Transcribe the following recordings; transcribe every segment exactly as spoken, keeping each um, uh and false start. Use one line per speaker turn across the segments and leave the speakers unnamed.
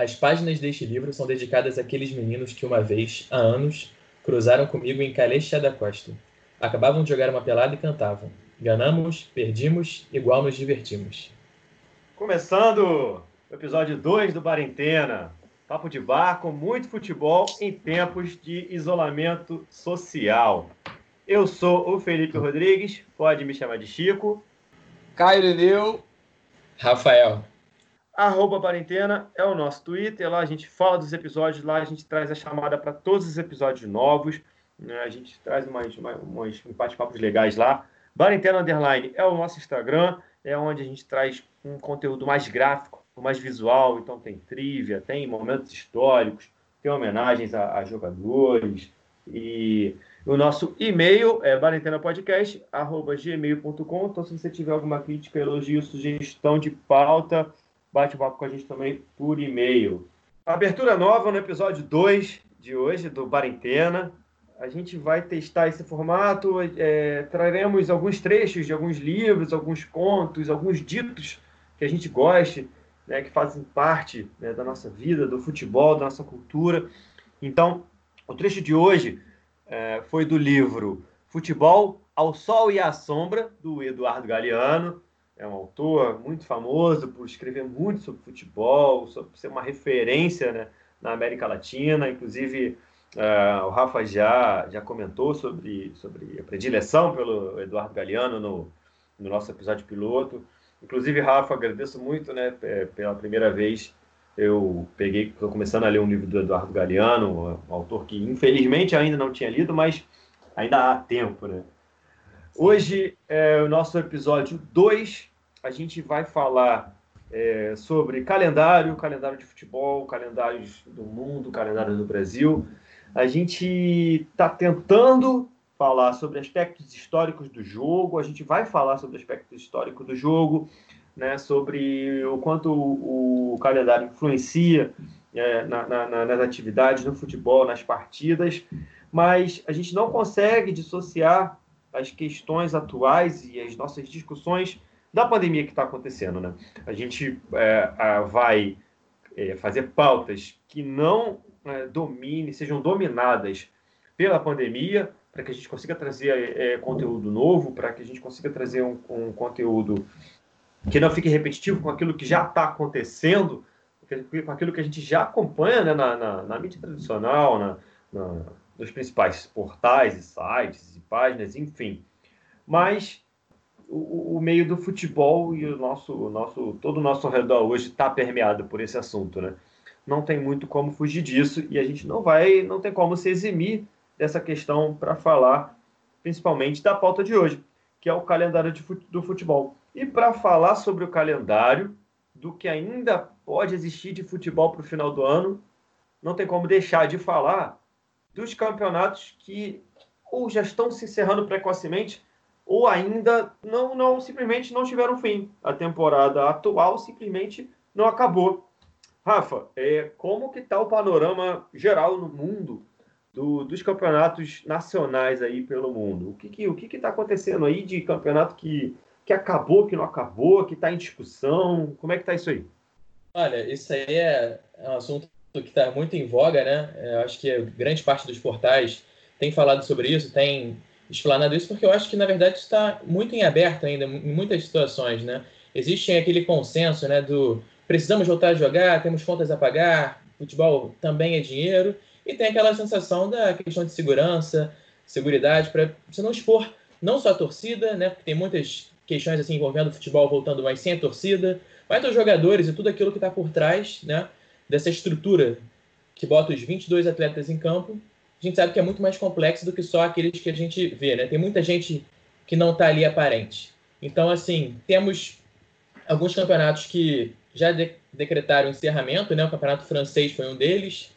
As páginas deste livro são dedicadas àqueles meninos que uma vez, há anos, cruzaram comigo em Caleixá da Costa. Acabavam de jogar uma pelada e cantavam. Ganamos, perdimos, igual nos divertimos.
Começando o episódio dois do Barentena. Papo de bar com muito futebol em tempos de isolamento social. Eu sou o Felipe Rodrigues, pode me chamar de Chico.
Caio Irineu.
Rafael.
Arroba Barentena é o nosso Twitter, lá a gente fala dos episódios, lá a gente traz a chamada para todos os episódios novos, né? A gente traz umas, umas, umas bate-papos legais lá. Barentena Underline é o nosso Instagram, é onde a gente traz um conteúdo mais gráfico, mais visual, então tem trivia, tem momentos históricos, tem homenagens a, a jogadores, e o nosso e-mail é barentenapodcast arroba gmail ponto com. Então, se você tiver alguma crítica, elogio, sugestão de pauta, bate papo com a gente também por e-mail. Abertura nova no episódio dois de hoje do Barentena. A gente vai testar esse formato, é, traremos alguns trechos de alguns livros, alguns contos, alguns ditos que a gente goste, né, que fazem parte, né, da nossa vida, do futebol, da nossa cultura. Então, o trecho de hoje é, foi do livro Futebol ao Sol e à Sombra, do Eduardo Galeano. É um autor muito famoso por escrever muito sobre futebol, sobre ser uma referência, né, na América Latina. Inclusive, uh, o Rafa já, já comentou sobre, sobre a predileção pelo Eduardo Galeano no, no nosso episódio piloto. Inclusive, Rafa, agradeço muito, né, pela primeira vez eu peguei, estou começando a ler um livro do Eduardo Galeano, um autor que infelizmente ainda não tinha lido, mas ainda há tempo, né? Hoje é o nosso episódio dois. A gente vai falar é, sobre calendário, calendário de futebol, calendários do mundo, calendário do Brasil. A gente está tentando falar sobre aspectos históricos do jogo, a gente vai falar sobre aspectos históricos do jogo, né, sobre o quanto o, o calendário influencia é, na, na, nas atividades, no futebol, nas partidas, mas a gente não consegue dissociar as questões atuais e as nossas discussões da pandemia que está acontecendo, né? A gente é, vai é, fazer pautas que não é, domine, sejam dominadas pela pandemia, para que a gente consiga trazer é, conteúdo novo, para que a gente consiga trazer um, um conteúdo que não fique repetitivo com aquilo que já está acontecendo, com aquilo que a gente já acompanha, né, na, na, na mídia tradicional, na, na, nos principais portais e sites e páginas, enfim. Mas o, o meio do futebol e o nosso, o nosso, todo o nosso redor hoje está permeado por esse assunto, né? Não tem muito como fugir disso e a gente não vai, não tem como se eximir dessa questão para falar, principalmente da pauta de hoje, que é o calendário de, do futebol. E para falar sobre o calendário, do que ainda pode existir de futebol para o final do ano, não tem como deixar de falar dos campeonatos que ou já estão se encerrando precocemente ou ainda não, não simplesmente não tiveram fim. A temporada atual simplesmente não acabou. Rafa, é, como que está o panorama geral no mundo do, dos campeonatos nacionais aí pelo mundo? O que que o que que está acontecendo aí de campeonato que, que acabou, que não acabou, que está em discussão? Como é que está isso aí?
Olha, isso aí é um assunto que está muito em voga, né? Eu acho que grande parte dos portais tem falado sobre isso, tem explanado isso, porque eu acho que, na verdade, está muito em aberto ainda, em muitas situações, né? Existe aquele consenso, né, do precisamos voltar a jogar, temos contas a pagar, futebol também é dinheiro, e tem aquela sensação da questão de segurança, seguridade, para você não expor não só a torcida, né, porque tem muitas questões assim envolvendo o futebol voltando mais sem a torcida, mas os jogadores e tudo aquilo que está por trás, né, dessa estrutura que bota os vinte e dois atletas em campo. A gente sabe que é muito mais complexo do que só aqueles que a gente vê, né? Tem muita gente que não está ali aparente. Então, assim, temos alguns campeonatos que já de- decretaram encerramento, né? O campeonato francês foi um deles.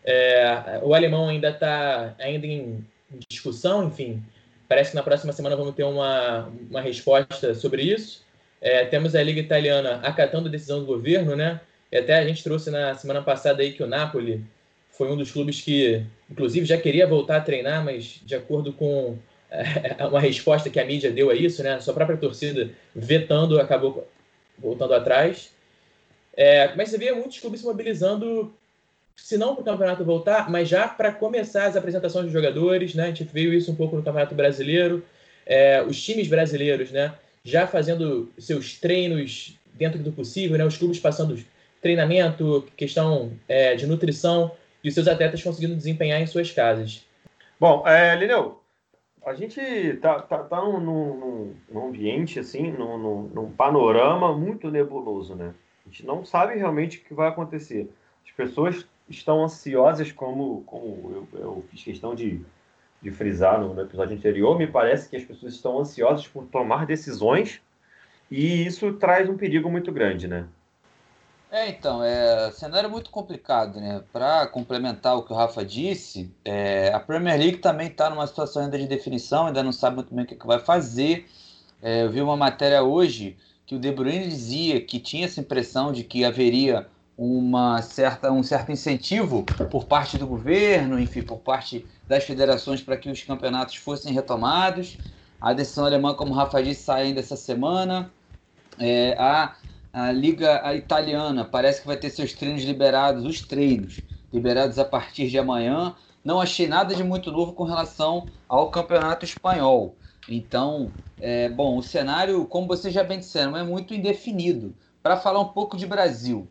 É, o alemão ainda está ainda em discussão, enfim. Parece que na próxima semana vamos ter uma, uma resposta sobre isso. É, temos a Liga Italiana acatando a decisão do governo, né? E até a gente trouxe na semana passada aí que o Napoli foi um dos clubes que, inclusive, já queria voltar a treinar, mas de acordo com é, uma resposta que a mídia deu a isso, né? A sua própria torcida vetando acabou voltando atrás. É, mas você vê muitos clubes se mobilizando, se não para o campeonato voltar, mas já para começar as apresentações dos jogadores, né? A gente viu isso um pouco no Campeonato Brasileiro. É, os times brasileiros, né? Já fazendo seus treinos dentro do possível, né? Os clubes passando treinamento, questão é, de nutrição, e os seus atletas conseguindo desempenhar em suas casas.
Bom, é, Lineu, a gente tá, tá, tá num, num, num ambiente, assim, num, num, num panorama muito nebuloso, né? A gente não sabe realmente o que vai acontecer. As pessoas estão ansiosas, como, como eu, eu fiz questão de, de frisar no, no episódio anterior. Me parece que as pessoas estão ansiosas por tomar decisões e isso traz um perigo muito grande, né?
É, então, é cenário muito complicado, né? Para complementar o que o Rafa disse, é, a Premier League também está numa situação ainda de definição, ainda não sabe muito bem o que, que vai fazer. É, eu vi uma matéria hoje que o De Bruyne dizia que tinha essa impressão de que haveria uma certa, um certo incentivo por parte do governo, enfim, por parte das federações para que os campeonatos fossem retomados. A decisão alemã, como o Rafa disse, sai ainda essa semana. É, a, a Liga a Italiana parece que vai ter seus treinos liberados, os treinos liberados a partir de amanhã. Não achei nada de muito novo com relação ao Campeonato Espanhol. Então, é, bom, o cenário, como vocês já bem disseram, é muito indefinido. Para falar um pouco de Brasil,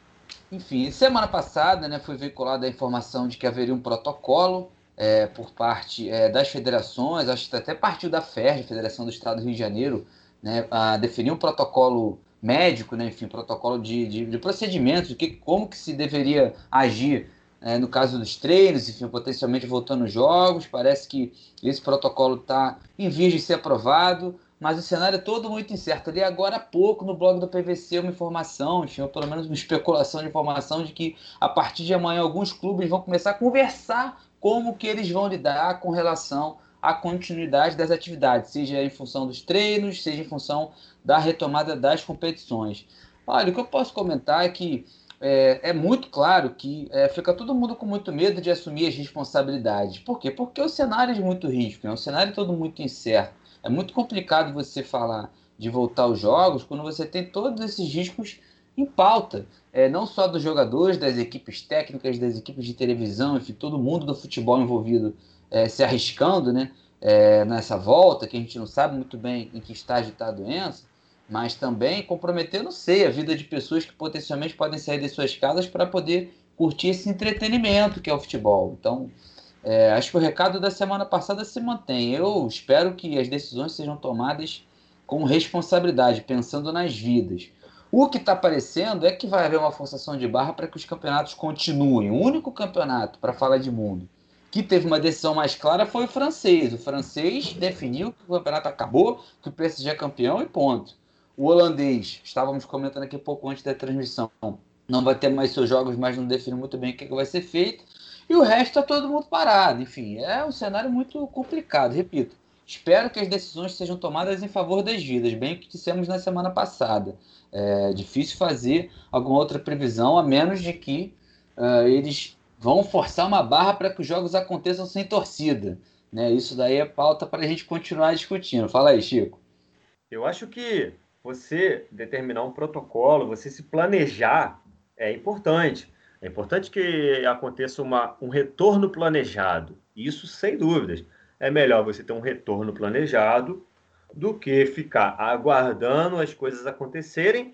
enfim, semana passada, né, foi veiculada a informação de que haveria um protocolo é, por parte é, das federações, acho que até partiu da F E R J, Federação do Estado do Rio de Janeiro, né, a definir um protocolo médico, né, enfim, protocolo de, de, de procedimento, de que, como que se deveria agir é, no caso dos treinos, enfim, potencialmente voltando aos jogos. Parece que esse protocolo está em vias de ser aprovado, mas o cenário é todo muito incerto. Ali agora há pouco no blog do P V C uma informação, tinha pelo menos uma especulação de informação de que a partir de amanhã alguns clubes vão começar a conversar como que eles vão lidar com relação à continuidade das atividades, seja em função dos treinos, seja em função da retomada das competições. Olha, o que eu posso comentar é que é, é muito claro que é, fica todo mundo com muito medo de assumir as responsabilidades. Por quê? Porque o cenário é de muito risco, é um cenário todo muito incerto. É muito complicado você falar de voltar aos jogos quando você tem todos esses riscos em pauta. É, não só dos jogadores, das equipes técnicas, das equipes de televisão, enfim, todo mundo do futebol envolvido é, se arriscando, né, é, nessa volta, que a gente não sabe muito bem em que estágio está a doença, mas também comprometer, não sei, a vida de pessoas que potencialmente podem sair de suas casas para poder curtir esse entretenimento que é o futebol. Então, é, acho que o recado da semana passada se mantém. Eu espero que as decisões sejam tomadas com responsabilidade, pensando nas vidas. O que está parecendo é que vai haver uma forçação de barra para que os campeonatos continuem. O único campeonato, para falar de mundo, que teve uma decisão mais clara foi o francês. O francês definiu que o campeonato acabou, que o P S G é campeão e ponto. O holandês, estávamos comentando aqui um pouco antes da transmissão, não vai ter mais seus jogos, mas não define muito bem o que vai ser feito. E o resto está todo mundo parado. Enfim, é um cenário muito complicado. Repito, espero que as decisões sejam tomadas em favor das vidas, bem o que dissemos na semana passada. É difícil fazer alguma outra previsão, a menos de que uh, eles vão forçar uma barra para que os jogos aconteçam sem torcida. Né? Isso daí é pauta para a gente continuar discutindo. Fala aí, Chico.
Eu acho que você determinar um protocolo, você se planejar, é importante. É importante que aconteça uma, um retorno planejado. Isso, sem dúvidas. É melhor você ter um retorno planejado do que ficar aguardando as coisas acontecerem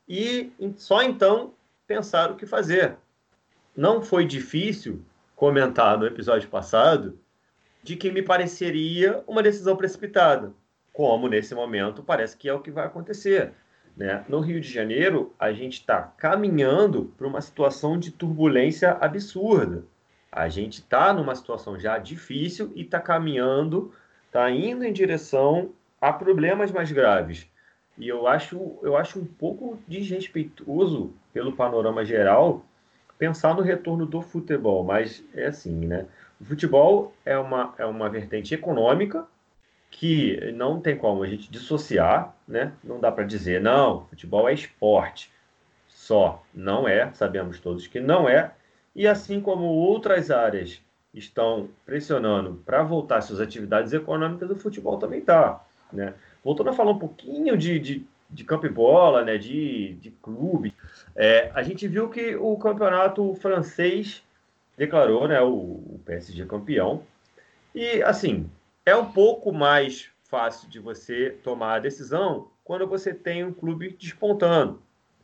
e só então pensar o que fazer. Não foi difícil comentar no episódio passado de que me pareceria uma decisão precipitada, como nesse momento parece que é o que vai acontecer. Né? No Rio de Janeiro, a gente está caminhando para uma situação de turbulência absurda. A gente está numa situação já difícil e está caminhando, está indo em direção a problemas mais graves. E eu acho, eu acho um pouco desrespeitoso pelo panorama geral pensar no retorno do futebol, mas é assim, né? O futebol é uma, é uma vertente econômica que não tem como a gente dissociar, né? Não dá para dizer, não, futebol é esporte só. Não é, sabemos todos que não é. E assim como outras áreas estão pressionando para voltar às suas atividades econômicas, o futebol também está, né? Voltando a falar um pouquinho de, de, de campo e bola, né? de, de clube, É, a gente viu que o campeonato francês declarou, né, o, o P S G campeão. E, assim, é um pouco mais fácil de você tomar a decisão quando você tem um clube despontando.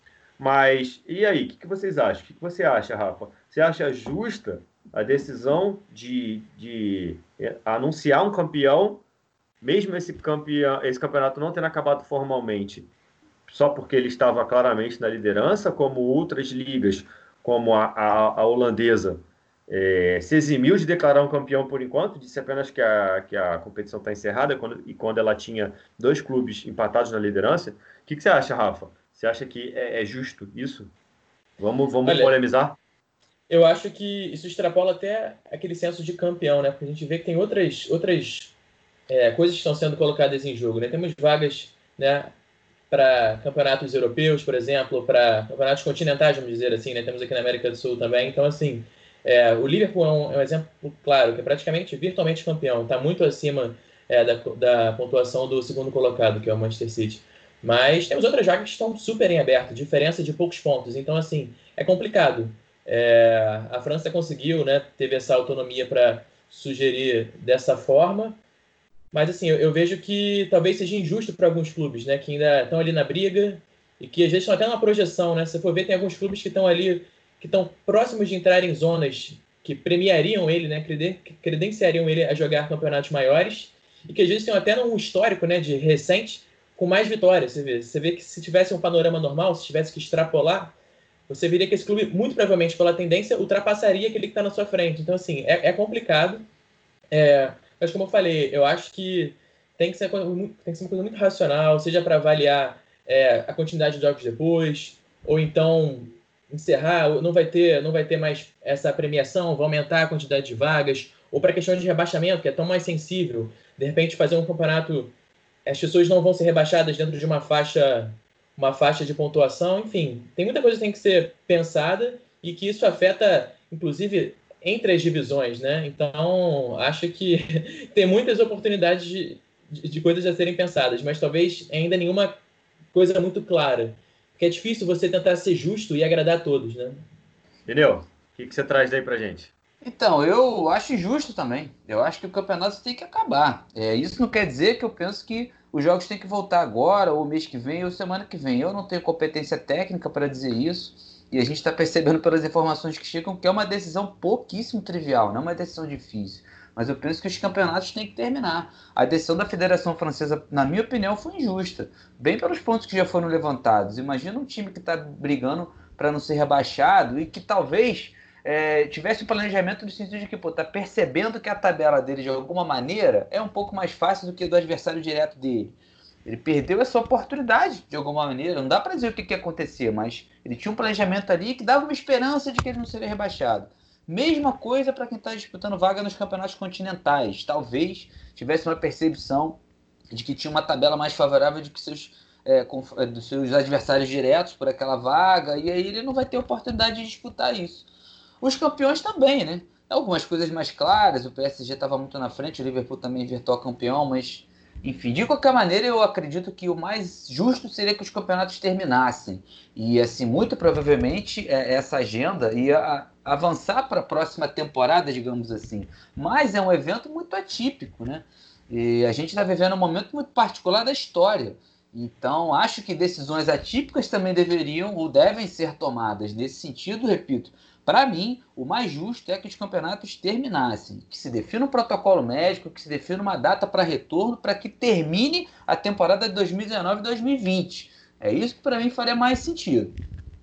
Mas, e aí, o que, que vocês acham? O que, que você acha, Rafa? Você acha justa a decisão de, de anunciar um campeão, mesmo esse, campeão, esse campeonato não tendo acabado formalmente, só porque ele estava claramente na liderança, como outras ligas, como a, a, a holandesa, é, se eximiu de declarar um campeão por enquanto, disse apenas que a, que a competição está encerrada, quando, e quando ela tinha dois clubes empatados na liderança. O que, que você acha, Rafa? Você acha que é, é justo isso? Vamos, vamos
Olha,
polemizar?
eu acho que isso extrapola até aquele senso de campeão, né? Porque a gente vê que tem outras, outras é, coisas que estão sendo colocadas em jogo, né? Temos vagas, né, para campeonatos europeus, por exemplo, para campeonatos continentais, vamos dizer assim, né? Temos aqui na América do Sul também. Então, assim, é, o Liverpool é um, é um exemplo claro, que é praticamente virtualmente campeão, está muito acima é, da, da pontuação do segundo colocado, que é o Manchester City. Mas temos outras vagas que estão super em aberto, diferença de poucos pontos. Então, assim, é complicado. É, a França conseguiu, né, teve essa autonomia para sugerir dessa forma, mas assim, eu, eu vejo que talvez seja injusto para alguns clubes, né, que ainda estão ali na briga e que às vezes estão até numa projeção, né? Se você for ver, tem alguns clubes que estão ali, que estão próximos de entrar em zonas que premiariam ele, né, creden credenciariam ele a jogar campeonatos maiores e que às vezes tem até um histórico, né, de recente com mais vitórias. Você vê, você vê que se tivesse um panorama normal, se tivesse que extrapolar, você veria que esse clube, muito provavelmente pela tendência, ultrapassaria aquele que está na sua frente. Então, assim, é, é complicado. É, mas, como eu falei, eu acho que tem que ser, tem que ser uma coisa muito racional, seja para avaliar é, a quantidade de jogos depois, ou então encerrar, não vai ter, não vai ter mais essa premiação, vai aumentar a quantidade de vagas, ou para questão de rebaixamento, que é tão mais sensível, de repente fazer um campeonato, as pessoas não vão ser rebaixadas dentro de uma faixa uma faixa de pontuação, enfim, tem muita coisa que tem que ser pensada e que isso afeta, inclusive, entre as divisões, né? Então, acho que tem muitas oportunidades de, de, de coisas a serem pensadas, mas talvez ainda nenhuma coisa muito clara, porque é difícil você tentar ser justo e agradar a todos, né?
Entendeu? O que, que você traz aí pra gente?
Então, eu acho injusto também. Eu acho que o campeonato tem que acabar. É, isso não quer dizer que eu penso que os jogos têm que voltar agora, ou mês que vem, ou semana que vem. Eu não tenho competência técnica para dizer isso. E a gente está percebendo pelas informações que chegam que é uma decisão pouquíssimo trivial, não é uma decisão difícil. Mas eu penso que os campeonatos têm que terminar. A decisão da Federação Francesa, na minha opinião, foi injusta. Bem pelos pontos que já foram levantados. Imagina um time que está brigando para não ser rebaixado e que talvez... É, tivesse um planejamento no sentido de que, pô, tá percebendo que a tabela dele de alguma maneira é um pouco mais fácil do que do adversário direto dele. Ele perdeu essa oportunidade de alguma maneira, não dá para dizer o que, que ia acontecer, mas ele tinha um planejamento ali que dava uma esperança de que ele não seria rebaixado. Mesma coisa para quem está disputando vaga nos campeonatos continentais. Talvez tivesse uma percepção de que tinha uma tabela mais favorável de que seus, é, dos seus adversários diretos por aquela vaga, e aí ele não vai ter oportunidade de disputar isso. Os campeões também, né? Algumas coisas mais claras, o P S G estava muito na frente, o Liverpool também virtual campeão, mas, enfim, de qualquer maneira, eu acredito que o mais justo seria que os campeonatos terminassem. E, assim, muito provavelmente, essa agenda ia avançar para a próxima temporada, digamos assim. Mas é um evento muito atípico, né? E a gente está vivendo um momento muito particular da história. Então, acho que decisões atípicas também deveriam ou devem ser tomadas. Nesse sentido, repito, para mim, o mais justo é que os campeonatos terminassem, que se defina um protocolo médico, que se defina uma data para retorno, para que termine a temporada de dois mil e dezenove e dois mil e vinte. É isso que para mim faria mais sentido.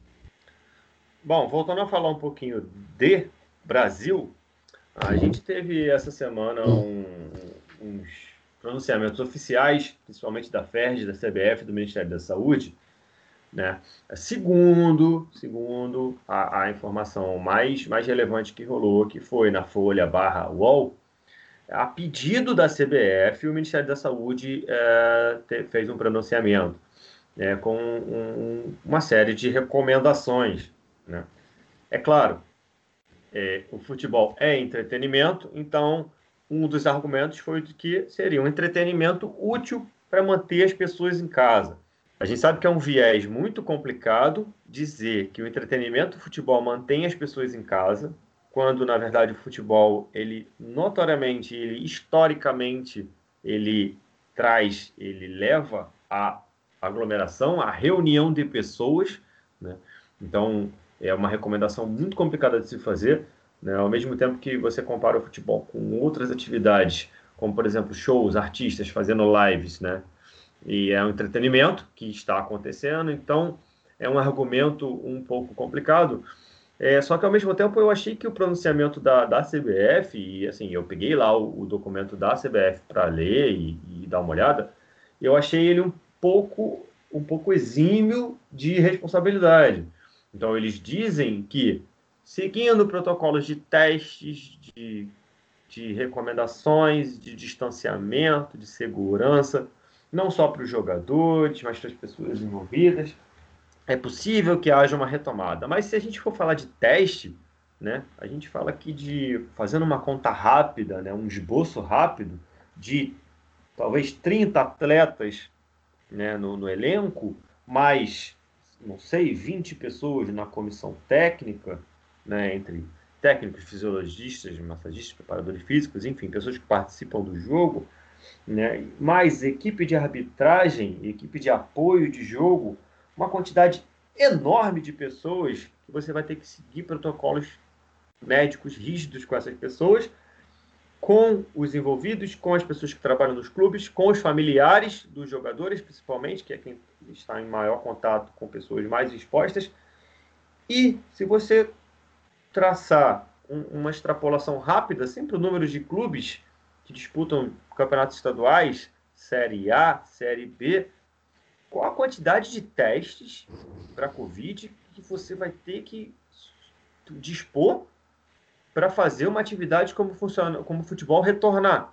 Bom, voltando a falar um pouquinho de Brasil, a gente teve essa semana um, uns pronunciamentos oficiais, principalmente da F E R J, da C B F, do Ministério da Saúde, né? Segundo, segundo a, a informação mais, mais relevante que rolou, que foi na Folha barra U O L, a pedido da C B F, o Ministério da Saúde é, te, fez um pronunciamento, né, com um, uma série de recomendações, né? É claro, é, o futebol é entretenimento, então um dos argumentos foi de que seria um entretenimento útil para manter as pessoas em casa. A gente sabe que é um viés muito complicado dizer que o entretenimento do futebol mantém as pessoas em casa, quando, na verdade, o futebol, ele notoriamente, ele historicamente, ele traz, ele leva a aglomeração, a reunião de pessoas, né? Então, é uma recomendação muito complicada de se fazer, né? Ao mesmo tempo que você compara o futebol com outras atividades, como, por exemplo, shows, artistas fazendo lives, né? E é um entretenimento que está acontecendo, então é um argumento um pouco complicado. É, só que, ao mesmo tempo, eu achei que o pronunciamento da, da C B F, e assim, eu peguei lá o, o documento da C B F para ler e, e dar uma olhada, eu achei ele um pouco, um pouco exímio de responsabilidade. Então, eles dizem que, seguindo protocolos de testes, de, de recomendações, de distanciamento, de segurança, não só para os jogadores, mas para as pessoas envolvidas, é possível que haja uma retomada. Mas se a gente for falar de teste, né, a gente fala aqui de, fazendo uma conta rápida, né, um esboço rápido, de talvez trinta atletas, né, no, no elenco, mais, não sei, vinte pessoas na comissão técnica, né, entre técnicos, fisiologistas, massagistas, preparadores físicos, enfim, pessoas que participam do jogo, né, mais equipe de arbitragem, equipe de apoio de jogo, uma quantidade enorme de pessoas que você vai ter que seguir protocolos médicos rígidos com essas pessoas, com os envolvidos, com as pessoas que trabalham nos clubes, com os familiares dos jogadores, principalmente, que é quem está em maior contato com pessoas mais expostas. E se você traçar um, uma extrapolação rápida, sempre o número de clubes que disputam campeonatos estaduais, Série A, Série B, qual a quantidade de testes para Covid que você vai ter que dispor para fazer uma atividade como funciona, como futebol retornar.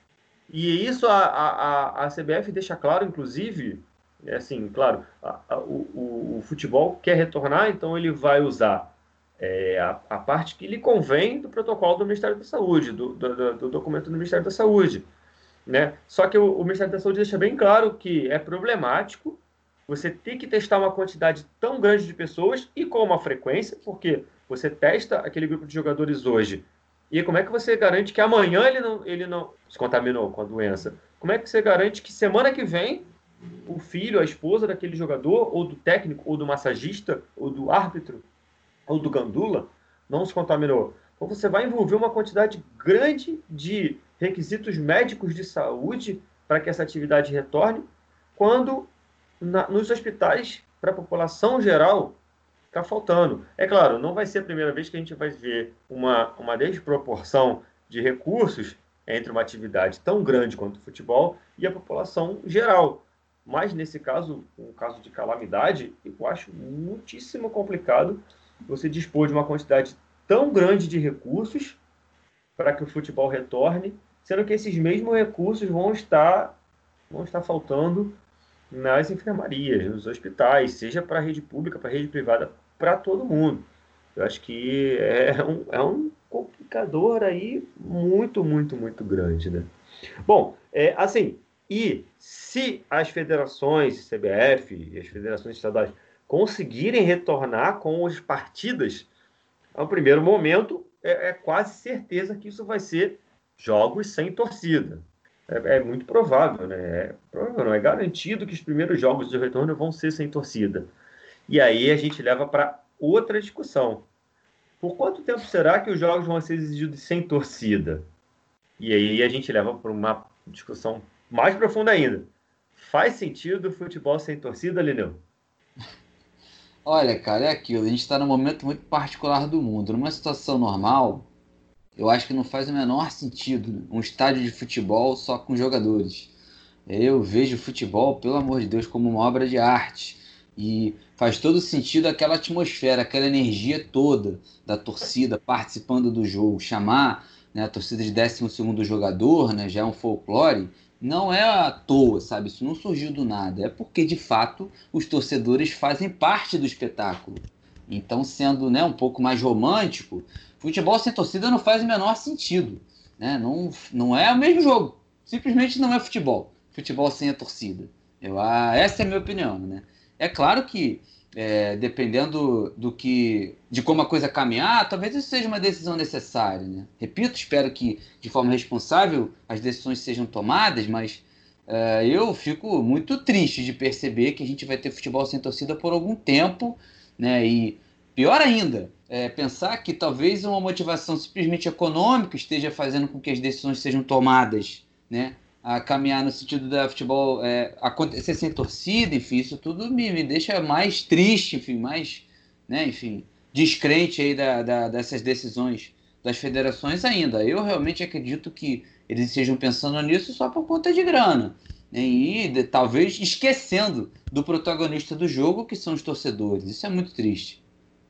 E isso a, a, a C B F deixa claro, inclusive, é assim, claro, a, a, o, o futebol quer retornar, então ele vai usar é, a, a parte que lhe convém do protocolo do Ministério da Saúde, do, do, do documento do Ministério da Saúde. Né? Só que o, o Ministério da Saúde deixa bem claro que é problemático você ter que testar uma quantidade tão grande de pessoas e com uma frequência, porque você testa aquele grupo de jogadores hoje. E como é que você garante que amanhã ele não, ele não se contaminou com a doença? Como é que você garante que semana que vem o filho, a esposa daquele jogador, ou do técnico, ou do massagista, ou do árbitro, ou do gandula, não se contaminou? Então você vai envolver uma quantidade grande de requisitos médicos de saúde para que essa atividade retorne, quando na, nos hospitais, para a população geral, está faltando. É claro, não vai ser a primeira vez que a gente vai ver uma, uma desproporção de recursos entre uma atividade tão grande quanto o futebol e a população geral. Mas, nesse caso, um caso de calamidade, eu acho muitíssimo complicado você dispor de uma quantidade tão grande de recursos para que o futebol retorne, sendo que esses mesmos recursos vão estar, vão estar faltando nas enfermarias, nos hospitais, seja para a rede pública, para a rede privada, para todo mundo. Eu acho que é um, é um complicador aí muito, muito, muito grande, né? Bom, é, assim, e se as federações, C B F e as federações estaduais conseguirem retornar com as partidas, ao primeiro momento, é, é quase certeza que isso vai ser jogos sem torcida. É, é muito provável, né? É provável, não é garantido que os primeiros jogos de retorno vão ser sem torcida. E aí a gente leva para outra discussão. Por quanto tempo será que os jogos vão ser exigidos sem torcida? E aí a gente leva para uma discussão mais profunda ainda. Faz sentido o futebol sem torcida, Lineu?
Olha, cara, é aquilo. A gente está num momento muito particular do mundo. Numa situação normal, eu acho que não faz o menor sentido um estádio de futebol só com jogadores. Eu vejo o futebol, pelo amor de Deus, como uma obra de arte. E faz todo sentido aquela atmosfera, aquela energia toda da torcida participando do jogo. Chamar, né, a torcida de décimo segundo jogador, né, já é um folclore. Não é à toa, sabe? Isso não surgiu do nada. É porque, de fato, os torcedores fazem parte do espetáculo. Então, sendo, né, um pouco mais romântico, futebol sem torcida não faz o menor sentido. Né? Não, não é o mesmo jogo. Simplesmente não é futebol. Futebol sem a torcida. Eu, ah, essa é a minha opinião, né? É claro que, é, dependendo do que, de como a coisa caminhar, talvez isso seja uma decisão necessária, né? Repito, espero que de forma responsável as decisões sejam tomadas, mas é, eu fico muito triste de perceber que a gente vai ter futebol sem torcida por algum tempo, né? E pior ainda, é, pensar que talvez uma motivação simplesmente econômica esteja fazendo com que as decisões sejam tomadas, né? A caminhar no sentido da futebol é, acontecer sem torcida, enfim, isso tudo me, me deixa mais triste, enfim, mais, né, enfim, descrente aí da, da, dessas decisões das federações ainda. Eu realmente acredito que eles estejam pensando nisso só por conta de grana, né, e de, talvez esquecendo do protagonista do jogo, que são os torcedores. Isso é muito triste.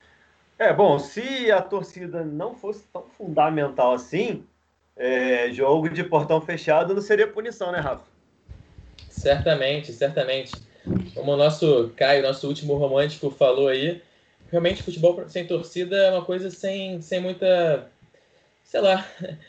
É, bom, se a torcida não fosse tão fundamental assim, é, jogo de portão fechado não seria punição, né, Rafa?
Certamente, certamente. Como o nosso Caio, nosso último romântico, falou aí, realmente futebol sem torcida é uma coisa sem, sem muita, sei lá,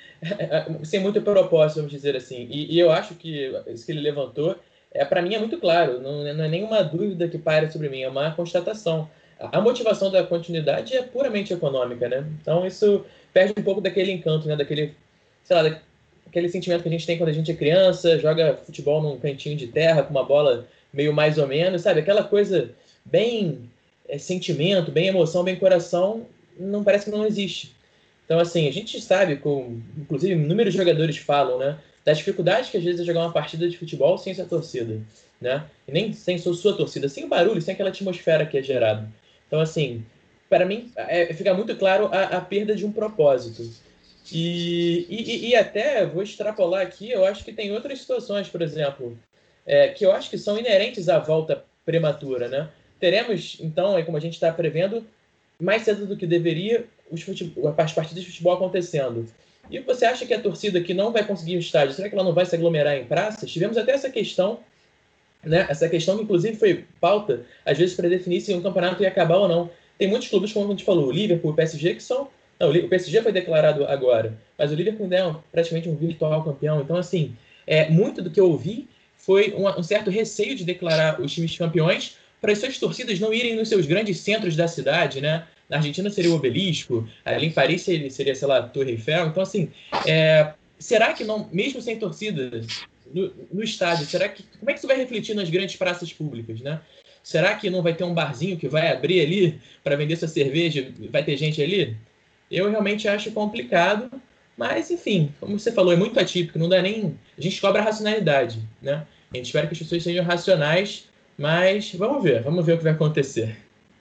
sem muito propósito, vamos dizer assim. E, e eu acho que isso que ele levantou, é, para mim é muito claro, não, não é nenhuma dúvida que paira sobre mim, é uma constatação. A motivação da continuidade é puramente econômica, né? Então isso perde um pouco daquele encanto, né? Daquele, sei lá, daquele sentimento que a gente tem quando a gente é criança, joga futebol num cantinho de terra com uma bola meio mais ou menos, sabe? Aquela coisa bem é, sentimento, bem emoção, bem coração, não parece que não existe. Então, assim, a gente sabe, com, inclusive, inúmeros jogadores falam, né? Das dificuldades que às vezes é jogar uma partida de futebol sem sua torcida, né? E nem sem sua, sua torcida, sem o barulho, sem aquela atmosfera que é gerada. Então, assim, para mim, é, fica muito claro a, a perda de um propósito. E, e, e até, vou extrapolar aqui, eu acho que tem outras situações, por exemplo, é, que eu acho que são inerentes à volta prematura, né? Teremos, então, aí, como a gente está prevendo, mais cedo do que deveria, os futebol, as partidas de futebol acontecendo. E você acha que a torcida que não vai conseguir o estádio, será que ela não vai se aglomerar em praças? Tivemos até essa questão, né? Essa questão que inclusive foi pauta, às vezes, para definir se um campeonato ia acabar ou não. Tem muitos clubes, como a gente falou, o Liverpool, o P S G, que são... Não, o P S G foi declarado agora, mas o Liverpool ainda é um, praticamente um virtual campeão. Então, assim, é, muito do que eu ouvi foi um, um certo receio de declarar os times campeões para as suas torcidas não irem nos seus grandes centros da cidade, né? Na Argentina seria o Obelisco, ali em Paris seria, seria sei lá, a Torre Eiffel. Então, assim, é, será que não, mesmo sem torcida no, no estádio, será que, como é que isso vai refletir nas grandes praças públicas, né? Será que não vai ter um barzinho que vai abrir ali para vender sua cerveja, vai ter gente ali? Eu realmente acho complicado, mas, enfim, como você falou, é muito atípico, não dá nem... A gente cobra a racionalidade, né? A gente espera que as pessoas sejam racionais, mas vamos ver, vamos ver o que vai acontecer.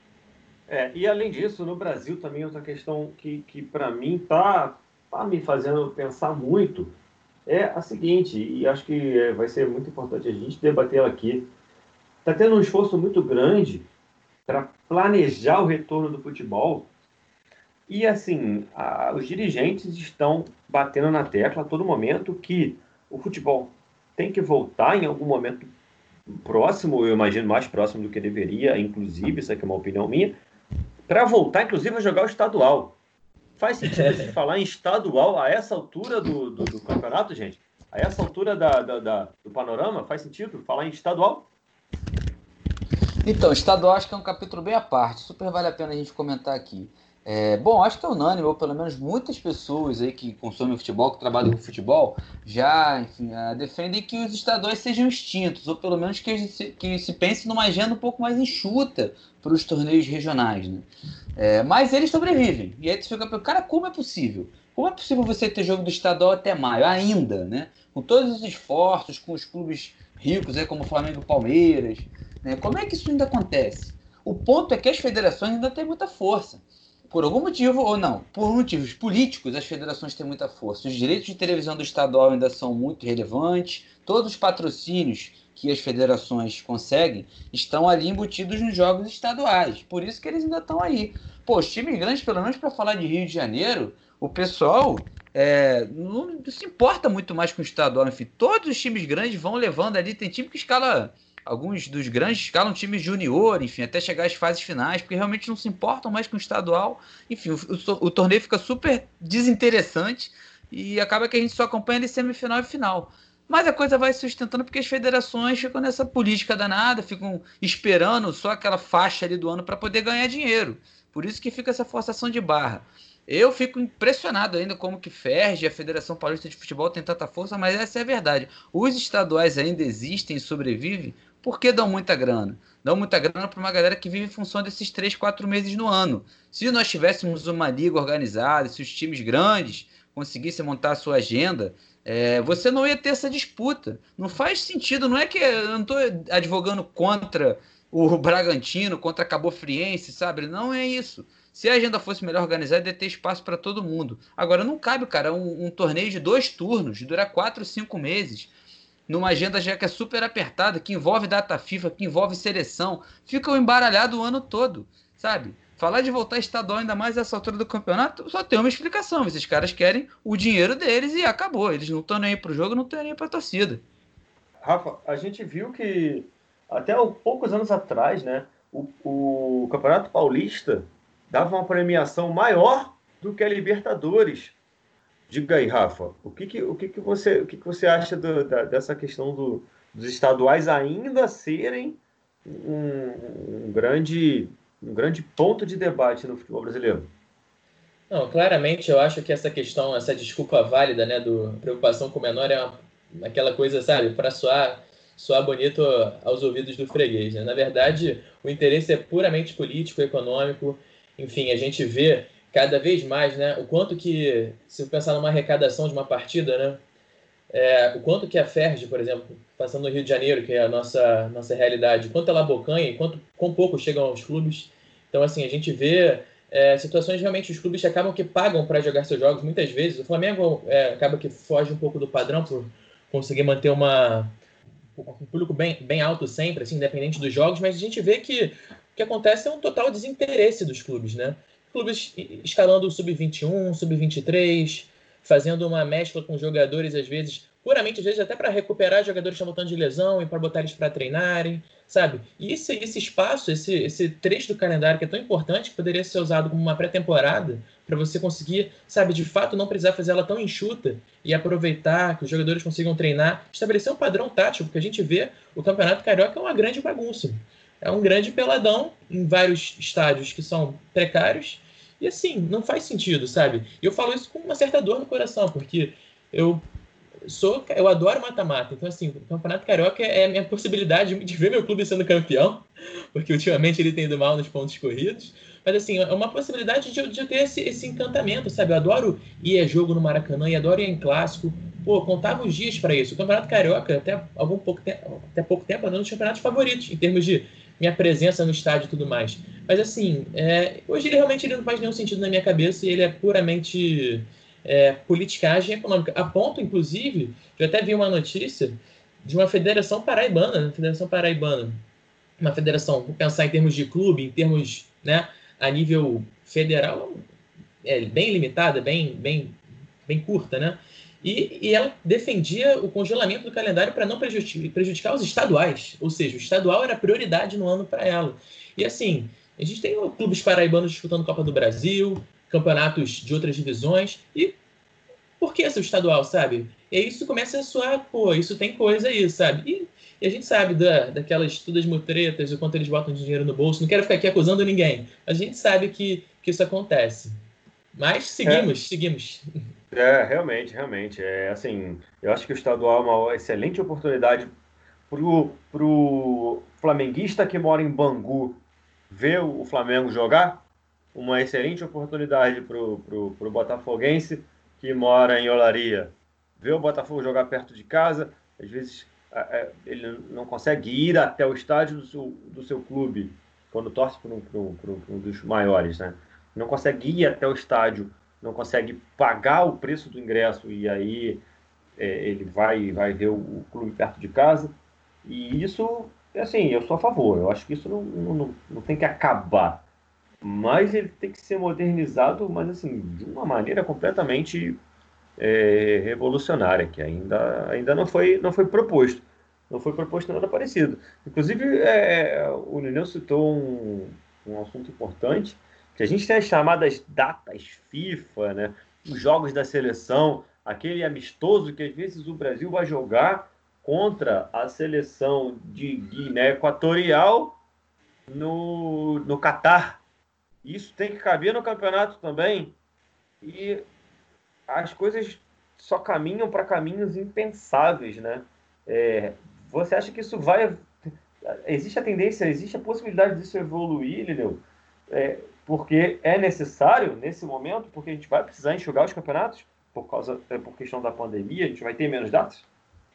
É, e além disso, no Brasil também outra questão que, que para mim tá, tá me fazendo pensar muito é a seguinte, e acho que vai ser muito importante a gente debater ela aqui. Está tendo um esforço muito grande para planejar o retorno do futebol e, assim, a, os dirigentes estão batendo na tecla a todo momento que o futebol tem que voltar em algum momento próximo, eu imagino mais próximo do que deveria, inclusive, isso aqui é uma opinião minha, para voltar, inclusive, a jogar o estadual. Faz sentido a gente falar em estadual a essa altura do, do, do campeonato, gente? A essa altura da, da, da, do panorama? Faz sentido falar em estadual?
Então, estadual acho que é um capítulo bem à parte, super vale a pena a gente comentar aqui. É, bom, acho que é unânime, ou pelo menos muitas pessoas aí que consomem futebol, que trabalham com futebol, já, enfim, uh, defendem que os estaduais sejam extintos, ou pelo menos que se, que se pense numa agenda um pouco mais enxuta para os torneios regionais, né? É, mas eles sobrevivem. E aí você fica pensando, cara, como é possível? Como é possível você ter jogo do estadual até maio, ainda, né? Com todos os esforços, com os clubes ricos, aí, como o Flamengo e o Palmeiras, né? Como é que isso ainda acontece? O ponto é que as federações ainda têm muita força. Por algum motivo, ou não, por motivos políticos, as federações têm muita força. Os direitos de televisão do estadual ainda são muito relevantes. Todos os patrocínios que as federações conseguem estão ali embutidos nos jogos estaduais. Por isso que eles ainda estão aí. Pô, os times grandes, pelo menos para falar de Rio de Janeiro, o pessoal é, não se importa muito mais com o estadual. Enfim, todos os times grandes vão levando ali. Tem time que escala... Alguns dos grandes escalam times junior, enfim, até chegar às fases finais, porque realmente não se importam mais com o estadual. Enfim, o, o, o torneio fica super desinteressante e acaba que a gente só acompanha ali semifinal e final. Mas a coisa vai se sustentando porque as federações ficam nessa política danada, ficam esperando só aquela faixa ali do ano para poder ganhar dinheiro. Por isso que fica essa forçação de barra. Eu fico impressionado ainda como que F E R J e a Federação Paulista de Futebol tem tanta força, mas essa é a verdade. Os estaduais ainda existem e sobrevivem porque dão muita grana. Dão muita grana para uma galera que vive em função desses três, quatro meses no ano. Se nós tivéssemos uma liga organizada, se os times grandes conseguissem montar a sua agenda, é, você não ia ter essa disputa. Não faz sentido, não é que eu não estou advogando contra o Bragantino, contra a Cabo Friense, sabe? Não é isso. Se a agenda fosse melhor organizada, ia ter espaço para todo mundo. Agora, não cabe, cara, um, um torneio de dois turnos, de durar quatro, cinco meses, numa agenda já que é super apertada, que envolve data FIFA, que envolve seleção, fica embaralhado o ano todo, sabe? Falar de voltar estadual ainda mais nessa altura do campeonato, só tem uma explicação. Esses caras querem o dinheiro deles e acabou. Eles não estão nem aí pro jogo, não estão nem aí pra torcida.
Rafa, a gente viu que até poucos anos atrás, né, o, o Campeonato Paulista dava uma premiação maior do que a Libertadores. Diga aí, Rafa, o que, que, o que, que, você, o que, que você acha do, da, dessa questão do, dos estaduais ainda serem um, um, grande, um grande ponto de debate no futebol brasileiro?
Não, claramente eu acho que essa questão, essa desculpa válida, né, do preocupação com o menor é uma, aquela coisa, sabe, para soar, soar bonito aos ouvidos do freguês, né? Na verdade, o interesse é puramente político, econômico. Enfim, a gente vê cada vez mais, né, o quanto que, se eu pensar numa arrecadação de uma partida, né, é, o quanto que a F E R J, por exemplo, passando no Rio de Janeiro, que é a nossa, nossa realidade, quanto ela abocanha e quanto, quão pouco chegam aos clubes. Então, assim, a gente vê é, situações realmente, os clubes acabam que pagam para jogar seus jogos, muitas vezes. O Flamengo é, acaba que foge um pouco do padrão por conseguir manter uma, um público bem, bem alto sempre, assim, independente dos jogos, mas a gente vê que o que acontece é um total desinteresse dos clubes, né? Clubes escalando o sub vinte e um, sub vinte e três, fazendo uma mescla com jogadores, às vezes, puramente, às vezes, até para recuperar jogadores que estão voltando de lesão e para botar eles para treinarem, sabe? E esse, esse espaço, esse, esse trecho do calendário que é tão importante, que poderia ser usado como uma pré-temporada, para você conseguir, sabe, de fato, não precisar fazer ela tão enxuta e aproveitar que os jogadores consigam treinar, estabelecer um padrão tático, porque a gente vê o Campeonato Carioca é uma grande bagunça. É um grande peladão em vários estádios que são precários. E assim, não faz sentido, sabe? E eu falo isso com uma certa dor no coração, porque eu sou, eu adoro mata-mata. Então, assim, o Campeonato Carioca é a minha possibilidade de ver meu clube sendo campeão, porque ultimamente ele tem ido mal nos pontos corridos. Mas, assim, é uma possibilidade de, de eu ter esse, esse encantamento, sabe? Eu adoro ir a jogo no Maracanã e adoro ir em clássico. Pô, contava os dias para isso. O Campeonato Carioca, até, algum pouco tempo, até pouco tempo, é um dos campeonatos favoritos, em termos de minha presença no estádio e tudo mais. Mas, assim, é, hoje ele realmente ele não faz nenhum sentido na minha cabeça e ele é puramente é, politicagem econômica. A ponto, inclusive, eu até vi uma notícia de uma federação paraibana, né? Federação Paraibana, uma federação, vou pensar em termos de clube, em termos, né, a nível federal, é bem limitada, bem, bem, bem curta, né? E, e ela defendia o congelamento do calendário para não prejudicar, prejudicar os estaduais. Ou seja, o estadual era prioridade no ano para ela. E assim, a gente tem clubes paraibanos disputando Copa do Brasil, campeonatos de outras divisões. E por que esse estadual, sabe? E aí isso começa a soar, pô, isso tem coisa aí, sabe? E, e a gente sabe da, daquelas todas mutretas, o quanto eles botam dinheiro no bolso. Não quero ficar aqui acusando ninguém. A gente sabe que, que isso acontece. Mas seguimos, é. seguimos.
É, realmente, realmente. É, assim, eu acho que o estadual é uma excelente oportunidade pro, pro flamenguista que mora em Bangu ver o Flamengo jogar, uma excelente oportunidade pro, pro, pro botafoguense que mora em Olaria ver o Botafogo jogar perto de casa. Às vezes ele não consegue ir até o estádio do seu, do seu clube, quando torce para um, um, um dos maiores, né? Não consegue ir até o estádio, não consegue pagar o preço do ingresso e aí é, ele vai, vai ver o, o clube perto de casa. E isso, assim, eu sou a favor. Eu acho que isso não, não, não tem que acabar. Mas ele tem que ser modernizado, mas assim, de uma maneira completamente é, revolucionária, que ainda, ainda não, foi, não foi proposto. Não foi proposto nada parecido. Inclusive, é, o Nineu citou um, um assunto importante, que a gente tem as chamadas datas FIFA, né? Os jogos da seleção. aquele amistoso que às vezes o Brasil vai jogar contra a seleção de Guiné Equatorial no, no Catar. Isso tem que caber no campeonato também. E as coisas só caminham para caminhos impensáveis, né? É, você acha que isso vai... Existe a tendência, existe a possibilidade disso evoluir, Lineu? É, porque é necessário, nesse momento, porque a gente vai precisar enxugar os campeonatos por causa, por questão da pandemia, a gente vai ter menos datas?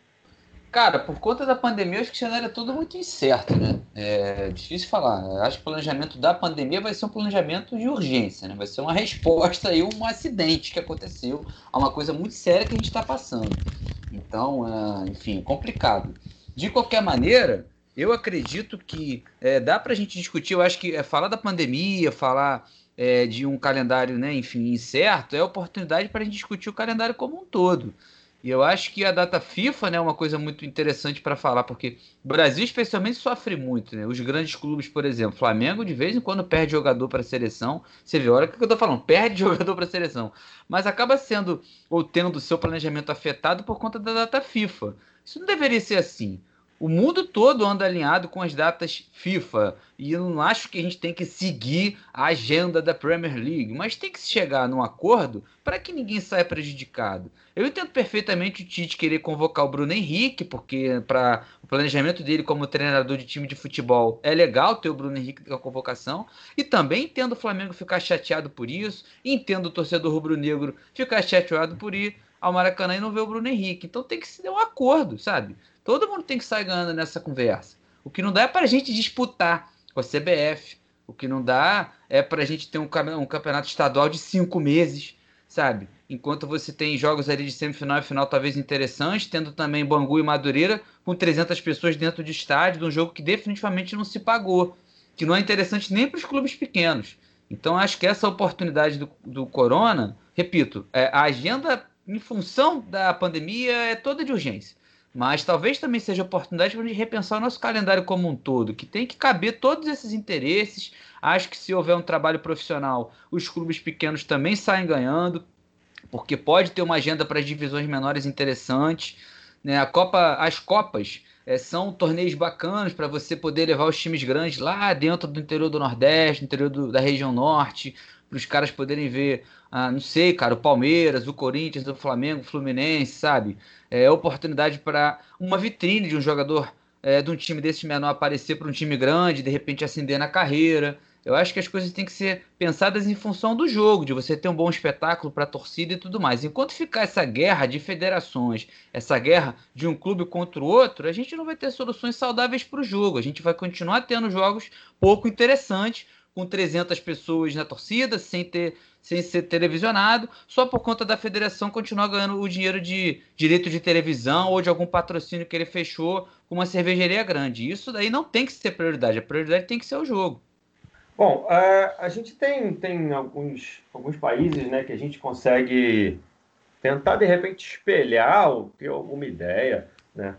Cara, por conta da pandemia, acho que o cenário é tudo muito incerto, né? É difícil falar. Eu acho que o planejamento da pandemia vai ser um planejamento de urgência, né? Vai ser uma resposta aí a um acidente que aconteceu, a uma coisa muito séria que a gente está passando. Então, é, enfim, complicado. De qualquer maneira, eu acredito que é, dá para a gente discutir. Eu acho que é, falar da pandemia, falar é, de um calendário, né, enfim, incerto, é oportunidade para a gente discutir o calendário como um todo. E eu acho que a data FIFA, né, é uma coisa muito interessante para falar, porque o Brasil especialmente sofre muito, né? Os grandes clubes, por exemplo, Flamengo de vez em quando perde jogador para a seleção. Você vê, olha o que eu estou falando, perde jogador para a seleção. Mas acaba sendo, ou tendo o seu planejamento afetado por conta da data FIFA. Isso não deveria ser assim. O mundo todo anda alinhado com as datas FIFA. E eu não acho que a gente tem que seguir a agenda da Premier League. Mas tem que chegar num acordo para que ninguém saia prejudicado. Eu entendo perfeitamente o Tite querer convocar o Bruno Henrique, porque para o planejamento dele como treinador de time de futebol é legal ter o Bruno Henrique na convocação. E também entendo o Flamengo ficar chateado por isso. Entendo o torcedor rubro-negro ficar chateado por ir ao Maracanã e não ver o Bruno Henrique. Então tem que se dar um acordo, sabe? Todo mundo tem que sair ganhando nessa conversa. O que não dá é para a gente disputar com a C B F. O que não dá é para a gente ter um, um campeonato estadual de cinco meses, sabe? Enquanto você tem jogos ali de semifinal e final talvez interessantes, tendo também Bangu e Madureira com trezentas pessoas dentro de estádio, de um jogo que definitivamente não se pagou, que não é interessante nem para os clubes pequenos. Então acho que essa oportunidade do, do Corona, repito, é, a agenda em função da pandemia é toda de urgência. Mas talvez também seja oportunidade para a gente repensar o nosso calendário como um todo, que tem que caber todos esses interesses. Acho que se houver um trabalho profissional, os clubes pequenos também saem ganhando, porque pode ter uma agenda para as divisões menores interessantes, né? A Copa, as Copas é, são torneios bacanas para você poder levar os times grandes lá dentro do interior do Nordeste, interior do, da região Norte, para os caras poderem ver, ah, não sei, cara, o Palmeiras, o Corinthians, o Flamengo, o Fluminense, sabe? É oportunidade para uma vitrine de um jogador é, de um time desse menor aparecer para um time grande, de repente ascender na carreira. Eu acho que as coisas têm que ser pensadas em função do jogo, de você ter um bom espetáculo para a torcida e tudo mais. Enquanto ficar essa guerra de federações, essa guerra de um clube contra o outro, a gente não vai ter soluções saudáveis para o jogo. A gente vai continuar tendo jogos pouco interessantes, com trezentas pessoas na torcida, sem ter, sem ser televisionado, só por conta da federação continuar ganhando o dinheiro de direito de televisão ou de algum patrocínio que ele fechou com uma cervejaria grande. Isso daí não tem que ser prioridade, a prioridade tem que ser o jogo.
Bom, a, a gente tem, tem alguns, alguns países, né, que a gente consegue tentar, de repente, espelhar ou ter alguma ideia, né?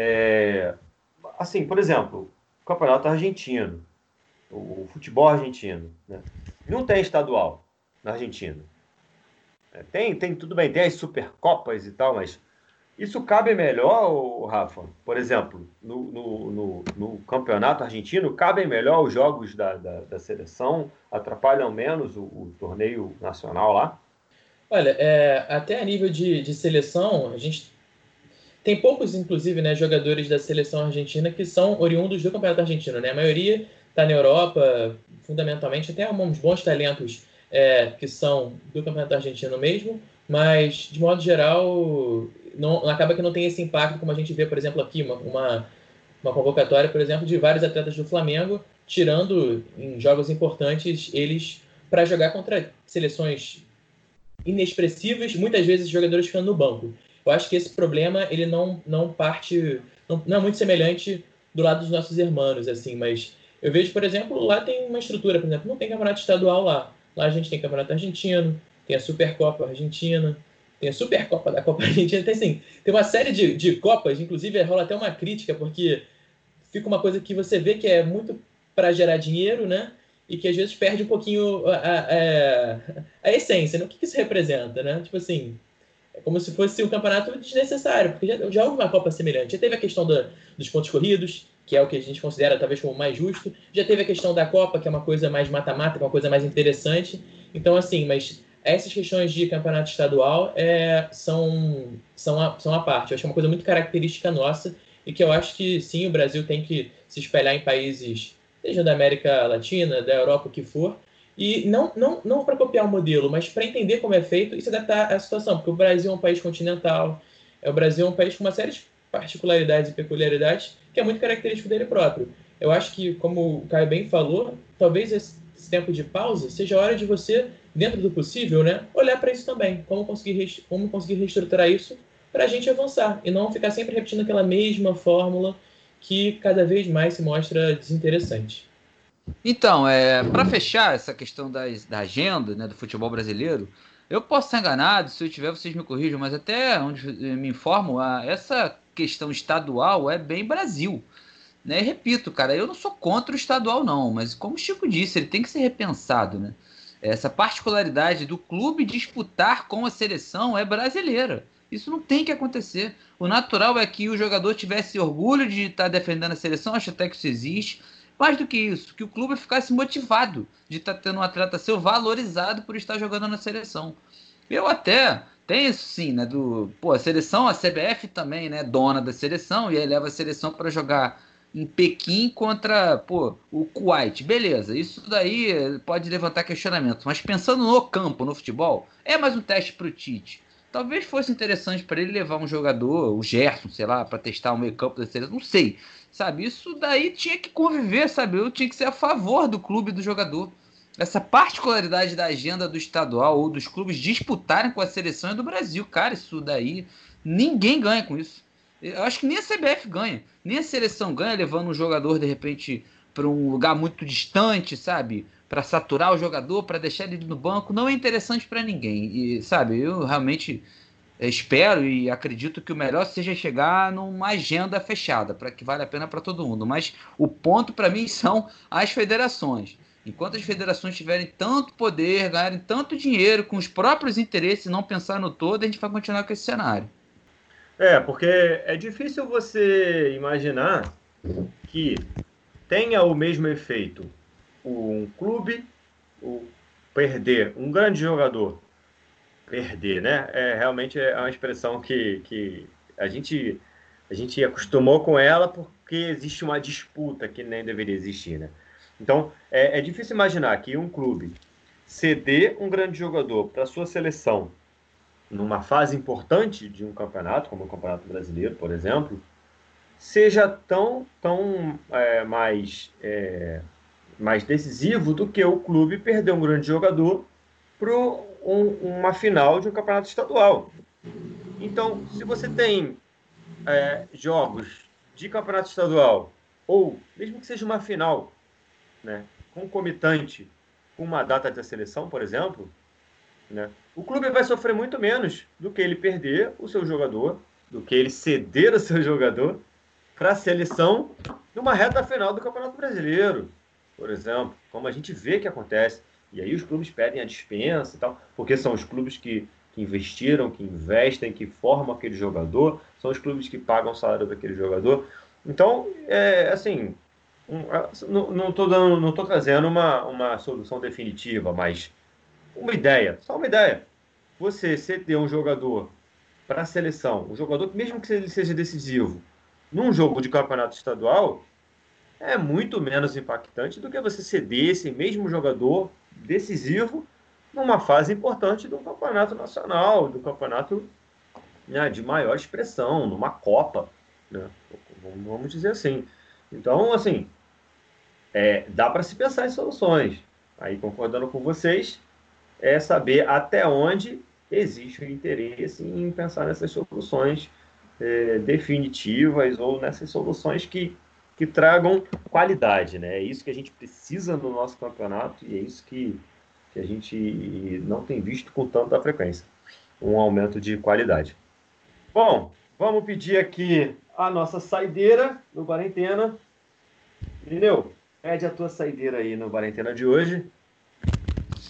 É, assim, por exemplo, o Campeonato Argentino, o futebol argentino, né? Não tem estadual na Argentina. É, tem, tem, tudo bem, tem as Supercopas e tal, mas isso cabe melhor, Rafa? Por exemplo, no, no, no, no campeonato argentino, cabem melhor os jogos da, da, da seleção? Atrapalham menos o, o torneio nacional lá?
Olha, é, até a nível de, de seleção, a gente tem poucos, inclusive, né, jogadores da seleção argentina que são oriundos do campeonato argentino, né? A maioria está na Europa, fundamentalmente, até uns bons talentos é, que são do campeonato argentino mesmo, mas, de modo geral, não, acaba que não tem esse impacto como a gente vê, por exemplo, aqui, uma, uma, uma convocatória, por exemplo, de vários atletas do Flamengo, tirando em jogos importantes eles para jogar contra seleções inexpressivas, muitas vezes jogadores ficando no banco. Eu acho que esse problema ele não, não parte, não, não é muito semelhante do lado dos nossos irmãos, assim, mas eu vejo, por exemplo, lá tem uma estrutura, por exemplo, não tem campeonato estadual lá. Lá a gente tem campeonato argentino, tem a Supercopa Argentina, tem a Supercopa da Copa Argentina, tem, assim, tem uma série de, de Copas, inclusive rola até uma crítica, porque fica uma coisa que você vê que é muito para gerar dinheiro, né? E que às vezes perde um pouquinho a, a, a essência, né? O que isso representa, né? Tipo assim, É como se fosse um campeonato desnecessário, porque já, já houve uma Copa semelhante. Já teve a questão da, dos pontos corridos, que é o que a gente considera talvez como mais justo. Já teve a questão da Copa, que é uma coisa mais mata-mata, que é uma coisa mais interessante. Então, assim, mas essas questões de campeonato estadual é, são, são, a, são a parte. Eu acho que é uma coisa muito característica nossa e que eu acho que, sim, o Brasil tem que se espelhar em países, seja da América Latina, da Europa, o que for, e não, não, não para copiar o modelo, mas para entender como é feito e se adaptar à situação, porque o Brasil é um país continental, é, o Brasil é um país com uma série de particularidades e peculiaridades que é muito característico dele próprio. Eu acho que, como o Caio bem falou, talvez esse tempo de pausa seja a hora de você, dentro do possível, né, olhar para isso também, como conseguir, como conseguir reestruturar isso para a gente avançar e não ficar sempre repetindo aquela mesma fórmula que cada vez mais se mostra desinteressante.
Então, é, para fechar essa questão das, da agenda, né, do futebol brasileiro, eu posso estar enganado, se eu tiver vocês me corrijam, mas até onde me informo, a, essa questão estadual é bem Brasil. Né? E repito, cara, eu não sou contra o estadual não, mas como o Chico disse, ele tem que ser repensado. Né? Essa particularidade do clube disputar com a seleção é brasileira. Isso não tem que acontecer. O natural é que o jogador tivesse orgulho de estar defendendo a seleção, acho até que isso existe. Mais do que isso, que o clube ficasse motivado de estar tendo um atleta seu valorizado por estar jogando na seleção. Eu até tenho isso sim, né? Do, pô, a seleção, a C B F também, né? Dona da seleção, e aí leva a seleção para jogar em Pequim contra, pô, o Kuwait. Beleza, isso daí pode levantar questionamento. Mas pensando no campo, no futebol, é mais um teste para o Tite. Talvez fosse interessante para ele levar um jogador, o Gerson, sei lá, para testar o meio campo da seleção. Não sei. Sabe, isso daí tinha que conviver, sabe? Eu tinha que ser a favor do clube e do jogador. Essa particularidade da agenda do estadual ou dos clubes disputarem com a seleção é do Brasil. Cara, isso daí, ninguém ganha com isso. Eu acho que nem a C B F ganha. Nem a seleção ganha levando um jogador, de repente, para um lugar muito distante, sabe? Para saturar o jogador, para deixar ele no banco. Não é interessante para ninguém. E, sabe, eu realmente... espero e acredito que o melhor seja chegar numa agenda fechada, para que vale a pena para todo mundo. Mas o ponto para mim são as federações. Enquanto as federações tiverem tanto poder, ganharem tanto dinheiro com os próprios interesses, não pensar no todo, a gente vai continuar com esse cenário.
É, porque é difícil você imaginar que tenha o mesmo efeito um clube o perder um grande jogador. Perder, né? É, realmente é uma expressão que, que a, gente, a gente acostumou com ela porque existe uma disputa que nem deveria existir, né? Então, é, é difícil imaginar que um clube ceder um grande jogador para a sua seleção numa fase importante de um campeonato, como o Campeonato Brasileiro, por exemplo, seja tão, tão é, mais, é, mais decisivo do que o clube perder um grande jogador para um, uma final de um campeonato estadual. Então, se você tem é, jogos de campeonato estadual, ou mesmo que seja uma final, né, concomitante com uma data da seleção, por exemplo, né, o clube vai sofrer muito menos do que ele perder o seu jogador, do que ele ceder o seu jogador para a seleção numa reta final do Campeonato Brasileiro, por exemplo, como a gente vê que acontece. E aí os clubes pedem a dispensa e tal, porque são os clubes que, que investiram, que investem, que formam aquele jogador, são os clubes que pagam o salário daquele jogador. Então, é assim, um, não estou dando, não estou trazendo uma, uma solução definitiva, mas uma ideia, só uma ideia. Você ceder um jogador para a seleção, um jogador, mesmo que ele seja decisivo, num jogo de campeonato estadual, é muito menos impactante do que você ceder esse mesmo jogador decisivo numa fase importante do campeonato nacional, do campeonato, né, de maior expressão, numa Copa, né? Vamos dizer assim. Então, assim, é, dá para se pensar em soluções. Aí, concordando com vocês, é saber até onde existe o interesse em pensar nessas soluções é, definitivas ou nessas soluções que que tragam qualidade, né? É isso que a gente precisa no nosso campeonato e é isso que, que a gente não tem visto com tanta frequência, um aumento de qualidade. Bom, vamos pedir aqui a nossa saideira no Quarentena. Entendeu? Pede a tua saideira aí no Quarentena de hoje.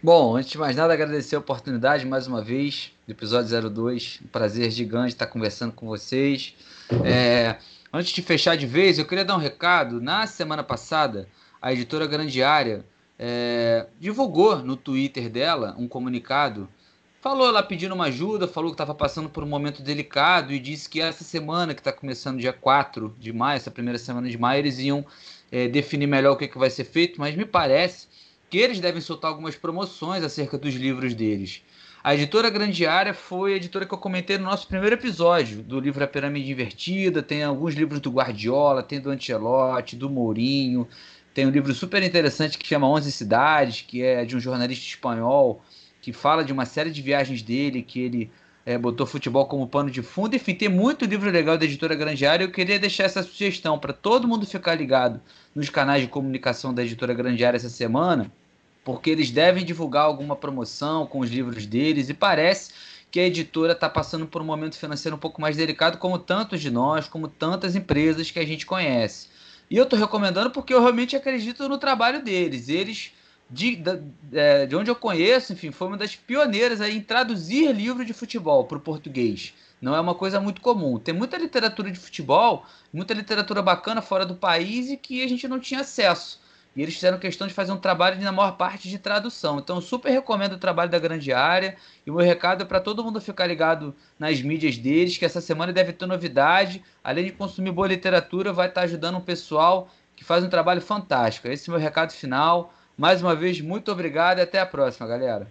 Bom, antes de mais nada, agradecer a oportunidade mais uma vez, do episódio zero dois. Um prazer gigante estar conversando com vocês. É, antes de fechar de vez, eu queria dar um recado. Na semana passada, a editora Grande Área é, divulgou no Twitter dela um comunicado. Falou lá pedindo uma ajuda, falou que estava passando por um momento delicado e disse que essa semana, que está começando dia quatro de maio, essa primeira semana de maio, eles iam é, definir melhor o que, que vai ser feito, mas me parece que eles devem soltar algumas promoções acerca dos livros deles. A editora Grande Área foi a editora que eu comentei no nosso primeiro episódio, do livro A Pirâmide Invertida. Tem alguns livros do Guardiola, tem do Ancelotti, do Mourinho. Tem um livro super interessante que chama Onze Cidades, que é de um jornalista espanhol, que fala de uma série de viagens dele, que ele é, botou futebol como pano de fundo. Enfim, tem muito livro legal da editora Grande Área. Eu queria deixar essa sugestão para todo mundo ficar ligado nos canais de comunicação da editora Grande Área essa semana, porque eles devem divulgar alguma promoção com os livros deles, e parece que a editora está passando por um momento financeiro um pouco mais delicado, como tantos de nós, como tantas empresas que a gente conhece. E eu estou recomendando porque eu realmente acredito no trabalho deles. Eles, de, de, de onde eu conheço, enfim, foi uma das pioneiras aí em traduzir livro de futebol para o português. Não é uma coisa muito comum. Tem muita literatura de futebol, muita literatura bacana fora do país e que a gente não tinha acesso. E eles fizeram questão de fazer um trabalho, na maior parte, de tradução. Então, eu super recomendo o trabalho da Grande Área. E o meu recado é para todo mundo ficar ligado nas mídias deles, que essa semana deve ter novidade. Além de consumir boa literatura, vai estar ajudando um pessoal que faz um trabalho fantástico. Esse é o meu recado final. Mais uma vez, muito obrigado e até a próxima, galera.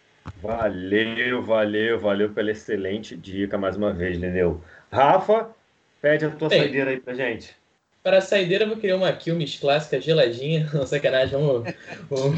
Valeu, valeu, valeu pela excelente dica mais uma vez, Lineu. Rafa, pede a tua
Bem,
saideira aí pra gente.
Para a saideira, eu vou querer uma Quilmes clássica geladinha. Não, sacanagem, vamos. vamos...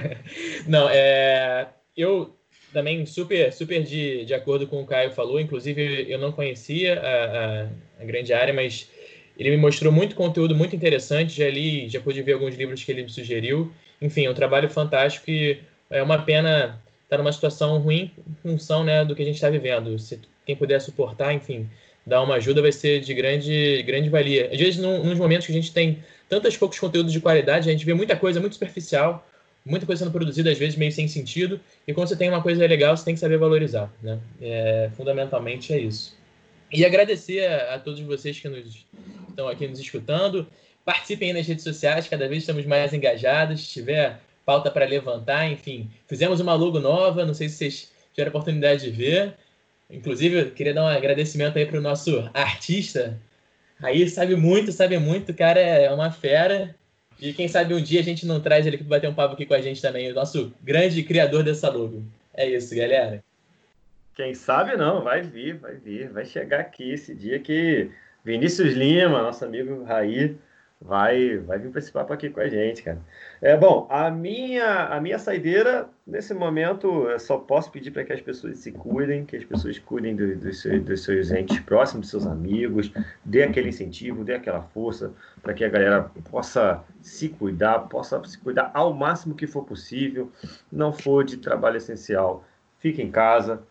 Não, é. Eu também super, super de, de acordo com o Caio falou. Inclusive, eu não conhecia a, a, a Grande Área, mas ele me mostrou muito conteúdo muito interessante. Já li, já pude ver alguns livros que ele me sugeriu. Enfim, é um trabalho fantástico e é uma pena estar numa situação ruim em função, né, do que a gente está vivendo. Se quem puder suportar, enfim, dar uma ajuda vai ser de grande, grande valia. Às vezes, num, nos momentos que a gente tem tantos poucos conteúdos de qualidade, a gente vê muita coisa muito superficial, muita coisa sendo produzida, às vezes, meio sem sentido, e quando você tem uma coisa legal, você tem que saber valorizar, né? É, fundamentalmente é isso. E agradecer a, a todos vocês que nos, estão aqui nos escutando. Participem aí nas redes sociais, cada vez estamos mais engajados. Se tiver pauta para levantar, enfim. Fizemos uma logo nova, não sei se vocês tiveram a oportunidade de ver. Inclusive, eu queria dar um agradecimento aí para o nosso artista. Aí sabe muito, sabe muito, o cara é uma fera. E quem sabe um dia a gente não traz ele aqui para bater um papo aqui com a gente também, o nosso grande criador dessa logo. É isso, galera.
Quem sabe não, vai vir, vai vir, vai chegar aqui esse dia que Vinícius Lima, nosso amigo Raí, vai, vai vir para esse papo aqui com a gente, cara. É bom, a minha, a minha saideira, nesse momento, eu só posso pedir para que as pessoas se cuidem, que as pessoas cuidem do, do seu, dos seus entes próximos, dos seus amigos, dê aquele incentivo, dê aquela força para que a galera possa se cuidar, possa se cuidar ao máximo que for possível. Não for de trabalho essencial, fique em casa.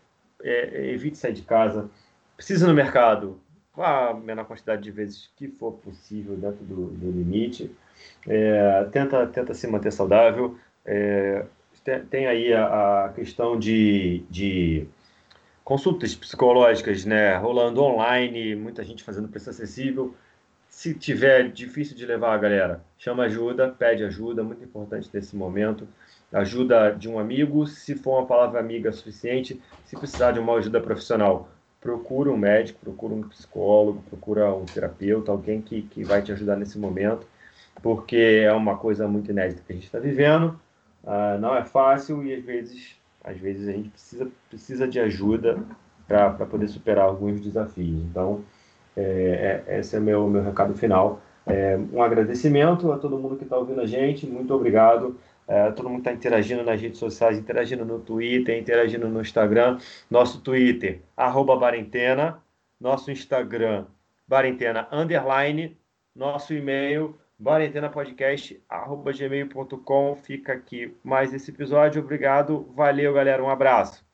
É, evite sair de casa. Precisa ir no mercado, vá a menor quantidade de vezes que for possível dentro do, do limite. É, tenta, tenta se manter saudável. É, tem, tem aí a, a questão de, de consultas psicológicas, né, rolando online, muita gente fazendo preço acessível. Se tiver difícil de levar a galera, chama ajuda, pede ajuda, muito importante nesse momento. Ajuda de um amigo, se for uma palavra amiga suficiente, se precisar de uma ajuda profissional, procura um médico, procura um psicólogo, procura um terapeuta, alguém que, que vai te ajudar nesse momento, porque é uma coisa muito inédita que a gente está vivendo, uh, não é fácil e às vezes, às vezes a gente precisa, precisa de ajuda para poder superar alguns desafios. Então, é, é, esse é o meu, meu recado final. É, um agradecimento a todo mundo que está ouvindo a gente, muito obrigado. É, todo mundo está interagindo nas redes sociais, interagindo no Twitter, interagindo no Instagram. Nosso Twitter, arroba Barentena. Nosso Instagram, Barentena, underline. Nosso e-mail, barentenapodcast, arroba gmail ponto com. Fica aqui mais esse episódio. Obrigado. Valeu, galera. Um abraço.